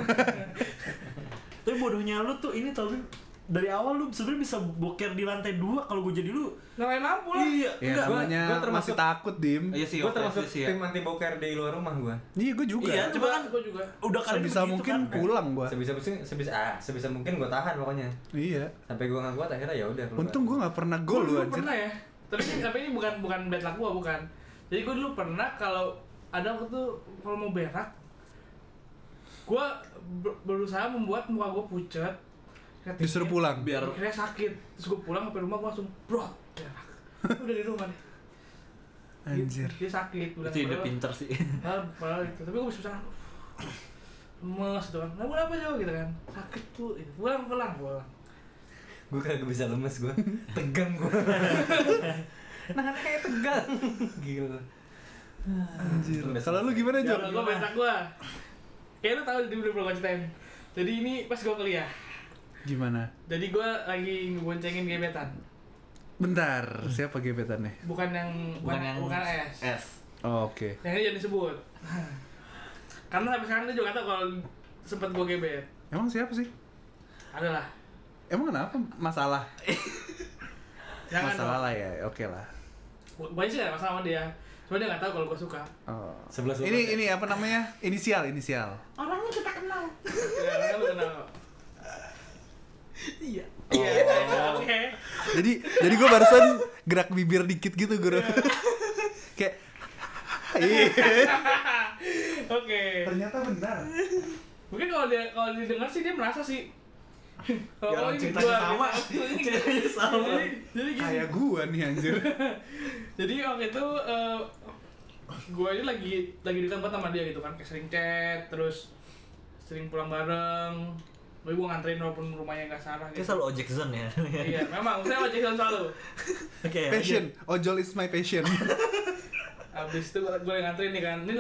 Tapi bodohnya lu tuh ini tau Bim, dari awal lu sebenarnya bisa boker di lantai 2 kalau gue jadi lu. Nyalain lampu lah. Iya, Ya enggak. namanya gua termasuk- masih takut Dim. Iya sih, Gue waktu termasuk itu sih ya. tim anti boker di luar rumah gue. Iya gue juga. Iya, coba kan Gua juga. udah kali Sebisa mungkin pulang gua. Sebisa mungkin gue tahan pokoknya. Iya. Sampai gue nggak kuat akhirnya ya udah. keluar. Untung gue nggak pernah Gua gol lu dulu anjir. pernah ya. Tapi ini bukan bad luck gua, bukan. Jadi gua dulu pernah kalau ada waktu tuh kalau mau berak, gua berusaha membuat muka gua pucat. Disuruh pulang. biar Akhirnya sakit. Terus gua pulang sampai rumah gua langsung bro berak. Udah di rumah deh. Anjir. Dia sakit. itu ide pinter sih. Padahal itu. Tapi gua bisa bilang lemes doang. Nah, apa jauh gitu kan? Sakit tuh. Pulang. Gue kagak bisa lemes gue, tegang gue. Nah kayak tegang. Gila. Anjir. Kalau lu gimana, Ya, Jor? gua berak gua. Kayak lu tahu di belum gua ceritain. Jadi ini pas gua kuliah. Gimana? Jadi gue lagi ngeboncengin gebetan. Bentar, siapa gebetannya? Bukan S. S. Oh, oke. Yang ini jangan disebut. Karena sampai sekarang dia juga gak tau kalau sempet gue gebet. Emang siapa sih? Adalah. Emang kenapa? Masalah? Jangan Masalah dong. lah ya, oke lah. Gue sih gak ada masalah sama dia. Cuma dia gak tahu kalau gue suka. Oh. 11 Ini apa namanya? Inisial. Orangnya kita kenal. Ya, kan lu kenal. Iya. Iya, oke. Jadi gue barusan gerak bibir dikit gitu gue. Kayak Oke. ternyata benar. Mungkin kalau didengar sih dia merasa sih. Ya, orang ini ceritanya gua, sama. gitu. Ceritanya sama. Jadi gini. Kayak gue nih anjir. Jadi waktu itu gue ini lagi dekat banget sama dia gitu kan, kayak sering chat, terus sering pulang bareng. Gue nganterin walaupun rumahnya nggak salah Kayak gitu. selalu ojek zone ya. Iya, memang saya ojek selalu. Oke. Passion. Ojol is my passion. Abis itu gue nganterin nih kan, ini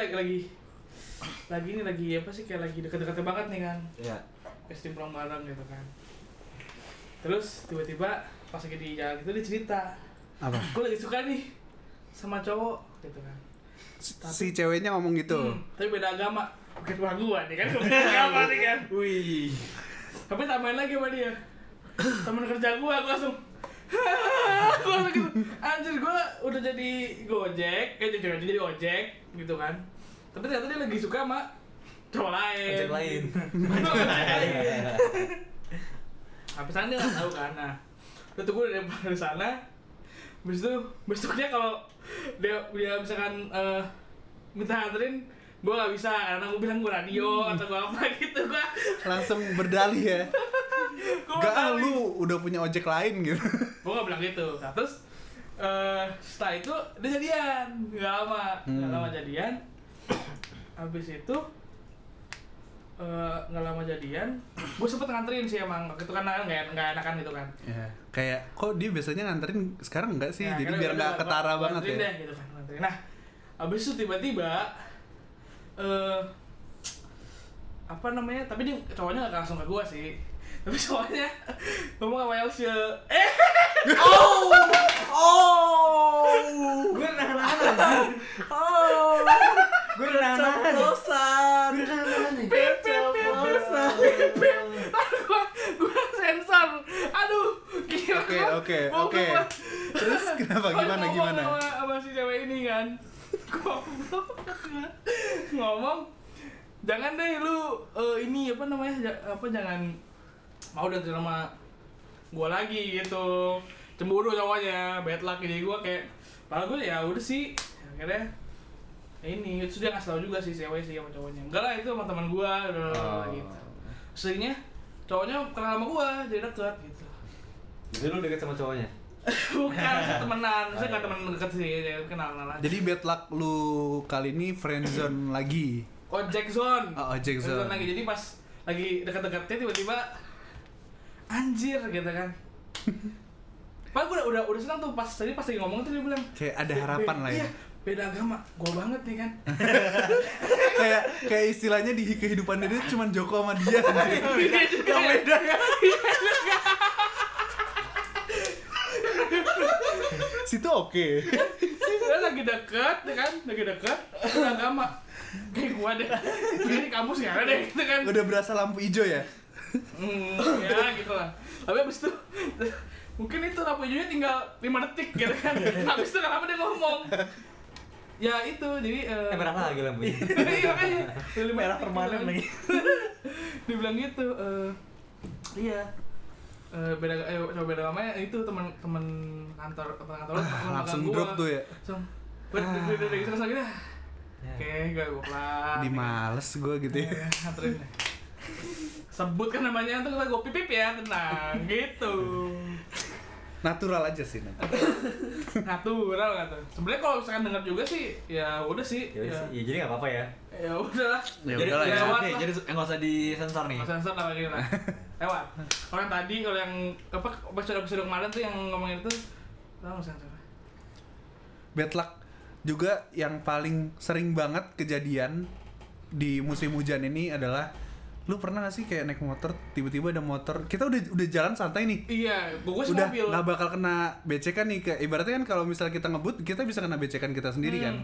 lagi apa sih, kayak lagi deket-deketnya banget nih kan. Iya. Pasti pulang bareng gitu kan. Terus tiba-tiba pas lagi di jalan itu dia cerita, Apa? gue lagi suka nih sama cowok gitu kan. Si ceweknya ngomong gitu. Tapi beda agama. Bukan gua nih kan, beda agama nih kan. Wih. Tapi tambahin lagi sama dia, temen kerja gua langsung gua langsung gitu, anjir gua udah jadi gojek, jadi ojek gitu kan. Tapi ternyata dia lagi suka sama cowok lain. Ojek lain. Habis sana dia nggak tahu kan, nah udah tunggu dari sana. Habis itu besoknya kalau dia misalkan minta nganterin, gue nggak bisa karena gue bilang gue radio atau gue apa gitu. Gue Langsung berdalih ya. Gak, lu udah punya ojek lain gitu. gue nggak bilang gitu. Nah, terus setelah itu dia jadian, nggak lama jadian. Habis itu nggak lama jadian, gue sempet nganterin sih emang waktu itu kan nggak enakan gitu kan. Ya, kayak kok dia biasanya nganterin, sekarang enggak sih? Ya, jadi karena biar udah nggak ketara gua banget nganterin ya. deh, gitu kan, nganterin. Nah, abis itu tiba-tiba apa namanya? Tapi dia cowoknya nggak langsung ke gua sih. Tapi cowoknya ngomong sama Elsie. Gue nahan-nahan. Gue nahan-nahan. Gua sensor. Aduh, gila. Oke. Terus kenapa? Gimana? Sama si cewek ini kan. Ngomong, jangan deh lu ini apa namanya? Jangan mau dan sama gua lagi gitu. Cemburu cowoknya, bad luck. Jadi gua kayak, padahal gua ya udah sih. Akhirnya ini terus dia ngasih tau juga sih cewek sih sama cowoknya. Enggak lah, itu sama teman gua gitu. Seringnya cowoknya kenal sama gua, jadi deket gitu. Jadi lu deket sama cowoknya? Bukan, temenan. Saya nggak temen deket sih, kenal aja. Jadi bad luck lu kali ini friendzone lagi. Ojek zone. Oh, ojek zone. Lagi. Jadi pas lagi dekat-dekatnya tiba-tiba anjir gitu kan. Pak gue udah senang tuh pas lagi ngomong tuh dia bilang Kayak ada harapan lah ya. Iya, beda agama. Gua banget nih kan. kayak istilahnya di kehidupan dia cuma Joko sama dia. Yang beda ya. Situ oke. Dia lagi deket ya kan, beda agama. Kayak gua deh. Ini kampus ya deh gitu kan. Udah berasa lampu hijau ya. Ya gitu lah. Tapi abis itu mungkin itu lampu hijaunya tinggal 5 detik gitu kan. Habis itu kenapa dia ngomong? Ya itu, jadi merah lagi lampunya. Iya makanya. Merah permanen lagi. Dibilang gitu, iya. Beda namanya itu teman kantor Langsung drop tuh ya. Langsung. Udah gitu lagi dah. Oke, gue pulang. Di males gue gitu ya. Nganterin. Sebut kan namanya tuh gue pipip ya, tenang gitu. Natural aja sih nanti. Natural kata. Sebenarnya kalau misalkan dengar juga sih, ya udah sih. Ya jadi nggak apa-apa ya. Ya udahlah. Ya Jadi udahlah ya. lewat oke, lah. jadi nggak usah disensor nih. Mas sensor lah lagi lah. Lewat. Kalau yang tadi, kalau yang apa episode kemarin tuh yang ngomongin itu, langsung sensor. Bad luck juga yang paling sering banget kejadian di musim hujan ini adalah, lu pernah gak sih kayak naik motor, tiba-tiba ada motor, kita udah jalan santai nih, Iya, gue sih udah mobil. nggak bakal kena becekan nih, kayak ibaratnya kan kalau misalnya kita ngebut kita bisa kena becekan kita sendiri kan.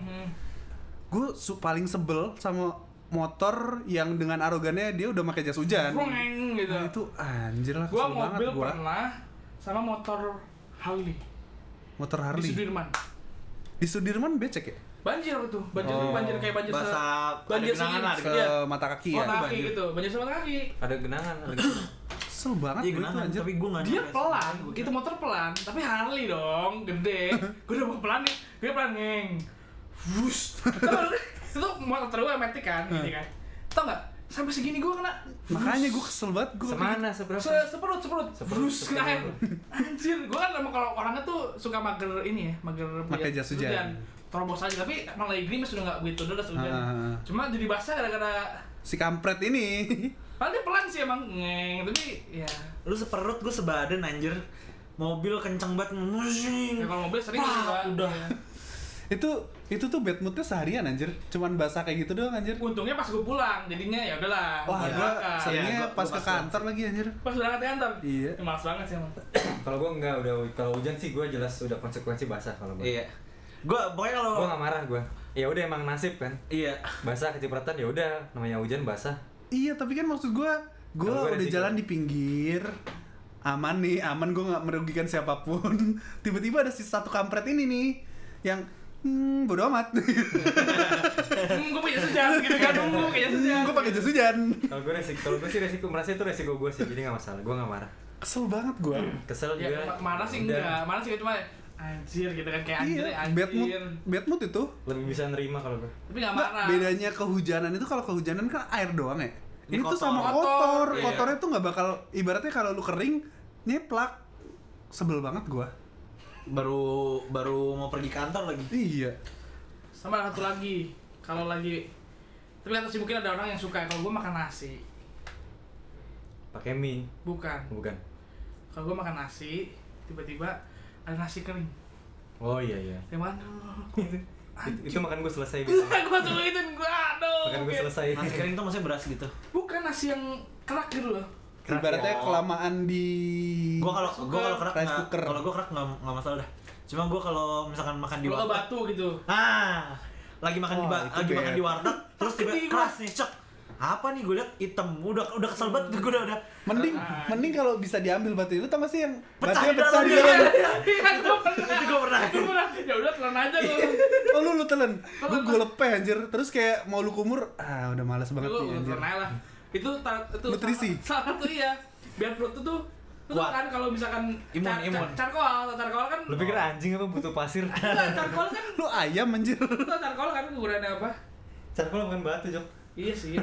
Gue paling sebel sama motor yang dengan arogannya dia udah pakai jas hujan. Breng, gitu. Nah, itu anjir lah, Gua kesel banget mobil gua. pernah sama motor Harley Motor di Harley. Sudirman. Di Sudirman becek ya? Banjir tuh, banjir tuh Oh. banjir kayak banjir Basah, banjir ada genangan segini. lah, Ke Iya. mata kaki Oh, ya. kaki gitu, banjir sama kaki. Ada genangan, ada genangan. Kesel banget Iya gua itu genangan, anjir. tapi gue nggak Dia nyampe pelan, sih. itu motor pelan, tapi Harley dong, gede. Gue udah mau pelan nih, gue pelan ngeng. Wush. Itu motor gue metik kan, gini kan. Tau nggak? Sampai segini gue kena. Makanya gua kesel banget gua. Semana seberapa? Seperut. Wush, kena air. Anjir, gue kan emang kalau orangnya tuh suka mager ini ya, mager Pakai jas hujan. Terobos aja, tapi emang lagi gerimis udah nggak begitu udah hujan. Ah. Cuma jadi basah gara-gara Si kampret ini. paling dia pelan sih emang ngeng, tapi ya Lu seperut, gue sebadan anjir. Mobil kenceng banget musing. ya kalau mobil sering Wah, sih, Pak. udah. Ya. itu tuh bad moodnya seharian anjir. Cuman basah kayak gitu doang anjir. Untungnya pas gue pulang, jadinya ya udahlah. Wah, Pas gua makan. seringnya Iya, pas gua ke pas kantor lagi anjir. Pas berangkat kantor. Iya. Ya, malas banget sih emang. Kalau gue enggak, udah kalau hujan sih gue jelas udah konsekuensi basah kalau gue. Iya. Gue pokoknya kalau Gue nggak marah gue. Ya udah emang nasib kan. iya. Basah kecipratan ya udah, namanya hujan basah. Iya, tapi kan maksud gua Kalau gua udah resiko. jalan di pinggir. Aman nih, aman, gue nggak merugikan siapapun. Tiba-tiba ada si satu kampret ini nih yang bodo amat. Gue punya sejan gitu kan, gue punya sejan. Gue pakai jas hujan. Kalau gue sih resiko merasa itu resiko gue sih, jadi nggak masalah. Gue nggak marah. Kesel banget gue. Kesel Ya juga. marah sih Udah. enggak, marah sih cuma anjir gitu kan kayak anjir, Iya, anjir. bad mood itu. Lebih bisa nerima kalau gue. Tapi enggak Nggak, marah. bedanya kehujanan itu, kalau kehujanan kan air doang ya. Ini Ini tuh kotor. sama Kotor, kotor. iya. Kotornya tuh nggak bakal, ibaratnya kalau lu kering, nyeplak. Sebel banget gue. Baru mau pergi kantor lagi. Iya. Sama satu lagi, kalau lagi tapi kata sih mungkin ada orang yang suka kalau gue makan nasi. Pakai mie, Bukan. bukan? Kalau gue makan nasi, tiba-tiba ada nasi kering. Oh iya iya. Yang mana? Itu makan gue selesai gitu. Gue sulitin, gue aduh. Makan gue kayak- selesai. Nasi kering tuh maksudnya beras gitu. Bukan nasi yang kerak gitu loh. Ibaratnya ya. kelamaan di Gua kalau kerak rice nggak, cooker. kalau gua kerak nggak masalah dah. Cuma gua kalau misalkan makan di Kalau warteg, batu gitu. lagi makan Oh, itu lagi makan bad. di warteg, terus tiba Takut nih keras nih cek. Apa nih gue liat hitam, udah kesel banget gue udah mending kalau bisa diambil batu itu, tau gak sih yang Pecah batunya di pecah di dalam. dalam. Iya, gue pernah. Itu gua pernah. Gue pernah. Ya udah telan aja lu. Oh lu telan. Gue lepeh anjir. Terus kayak mau lu kumur, udah malas banget Gue nih anjir. telan aja lah. Itu Nutrisi. salah satu iya. Biar perut tuh Kuat. kan kalau misalkan Imun. charcoal kan Lu pikir anjing apa butuh pasir? charcoal kan Lu ayam anjir. charcoal kan gunanya apa? Carkol bukan batu, Jok. Iya sih.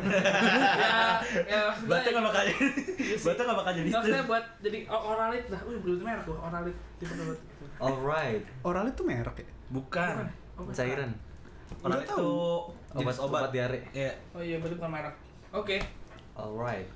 ya maksudnya Batu nggak bakal jadi. Iya sih. Batu nggak bakal jadi. Maksudnya buat jadi oralit lah. Belum merek tuh oralit di perut. Alright. Oral itu merek ya? Bukan. Cairan. Orang Nggak itu tahu. jenis obat. diare. Iya. Oh iya, berarti bukan merek. Oke. Alright.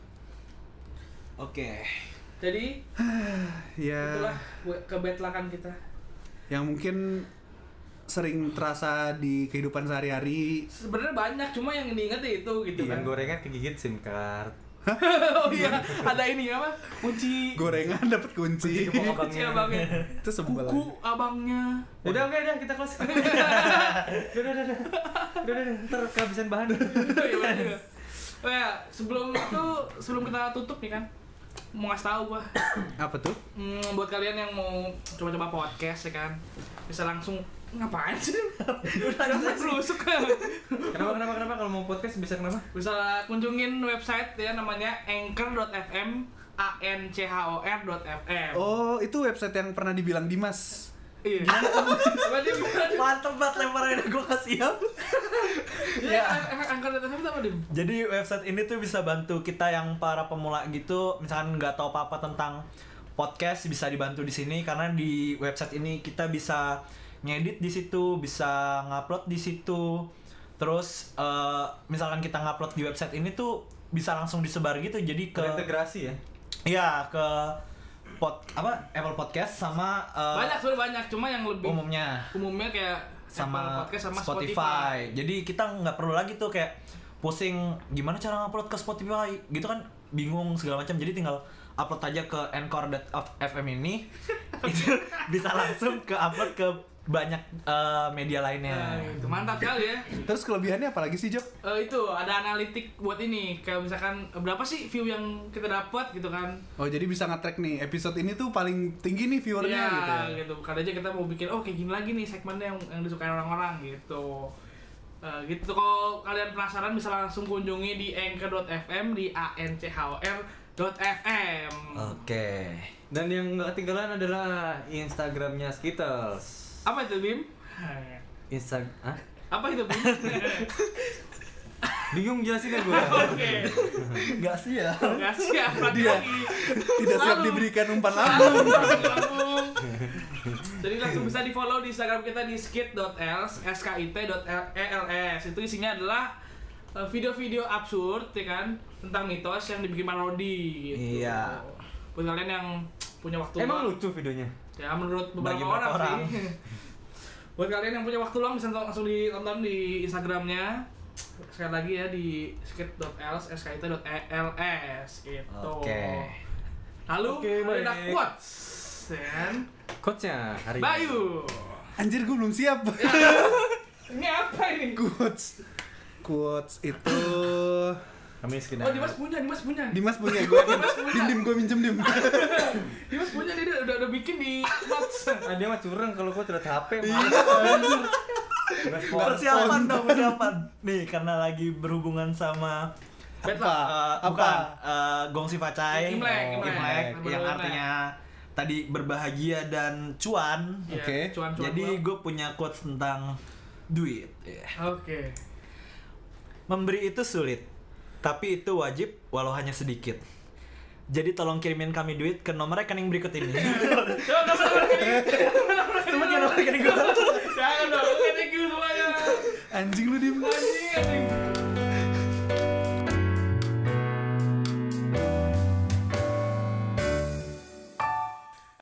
Oke. Jadi Ya, itulah kebetlakan kita. yang mungkin sering terasa di kehidupan sehari-hari. Sebenarnya banyak, cuma yang diingat ya itu gitu Ikan kan. gorengan kegigit SIM card. Oh iya, ada ini apa? Kunci Gorengan dapat kunci. kunci abangnya. Itu sebel. Kuku abangnya. Udah oke dah kita close. Udah, ntar kehabisan bahan. Oh iya bener juga. Oh ya, sebelum kita tutup nih kan, mau ngasih tahu gua. Apa tuh? Buat kalian yang mau coba-coba podcast ya kan, bisa langsung ngapain sih? Udah rusuk kan. Kenapa kalau mau podcast bisa kenapa? Bisa kunjungin website ya, namanya anchor.fm, anchor.fm. Oh, itu website yang pernah dibilang Dimas. Iya. Coba dia gimana? Mantep banget lemparannya, gue gak siap. Ya, anchor.fm itu apa, Dim? Jadi website ini tuh bisa bantu kita yang para pemula gitu, misalkan nggak tahu apa-apa tentang podcast, bisa dibantu di sini karena di website ini kita bisa ngedit di situ, bisa ngupload di situ. Terus misalkan kita ngupload di website ini tuh bisa langsung disebar gitu, jadi ke Terintegrasi ya. iya ke Apple Podcast sama Sebenarnya banyak, cuma yang lebih umumnya kayak sama Apple Podcast sama Spotify. Jadi kita nggak perlu lagi tuh kayak pusing gimana cara ngupload ke Spotify gitu kan, bingung segala macam. Jadi tinggal upload aja ke anchor.fm ini itu bisa langsung ke upload ke banyak media lainnya. Nah, itu mantap sekali ya. Terus kelebihannya apa lagi sih, Jok? Itu ada analitik buat ini, kayak misalkan berapa sih view yang kita dapat gitu kan. Oh, jadi bisa nge-track nih episode ini tuh paling tinggi nih viewernya Iya, gitu ya. gitu. Karena aja kita mau bikin kayak gini lagi nih segmennya yang disukai orang-orang gitu. Gitu, kalau kalian penasaran bisa langsung kunjungi di anchor.fm, di anchor.fm. Oke. Dan yang nggak ketinggalan adalah Instagramnya Skittles. Apa itu, Bim? Apa itu, Bim? Bingung jelasinnya gue. Oke. Nggak siap. Nggak siap lagi. Tidak siap Lalu. diberikan umpan lambung. Jadi langsung bisa di-follow di Instagram kita di skit.els, skit.els. Itu isinya adalah video-video absurd ya kan, tentang mitos yang dibikin parodi gitu. Iya. Buat kalian yang punya waktu Emang luang. lucu videonya? Ya menurut beberapa Bagi beberapa orang sih. Buat kalian yang punya waktu luang bisa langsung ditonton di Instagramnya. Sekali lagi ya di skit.els, skit.els gitu. Oke. Lalu Oke, ada baik. quotes kan? Coachnya hari ini. Bayu. Anjir, gue belum siap. Ini apa ini? Quotes itu Kami sekitar. Oh, Dimas punya. Dimas punya, gue gue minjem dim. Dimas punya, dia udah bikin di notes. Dia mah curang kalau gue terlihat HP. Persiapan. Nih, karena lagi berhubungan sama bukan Gongsi Facai, Imlek. yang artinya tadi berbahagia dan cuan. Iya, Oke. cuan-cuan Jadi doang. gue punya quotes tentang duit. Oke. Memberi itu sulit, tapi itu wajib walau hanya sedikit. Jadi tolong kirimin kami duit ke nomor rekening berikut ini. Sebut ya nomor rekening gue. Jangan dong, thank you semuanya. Anjing lu dim. Anjing.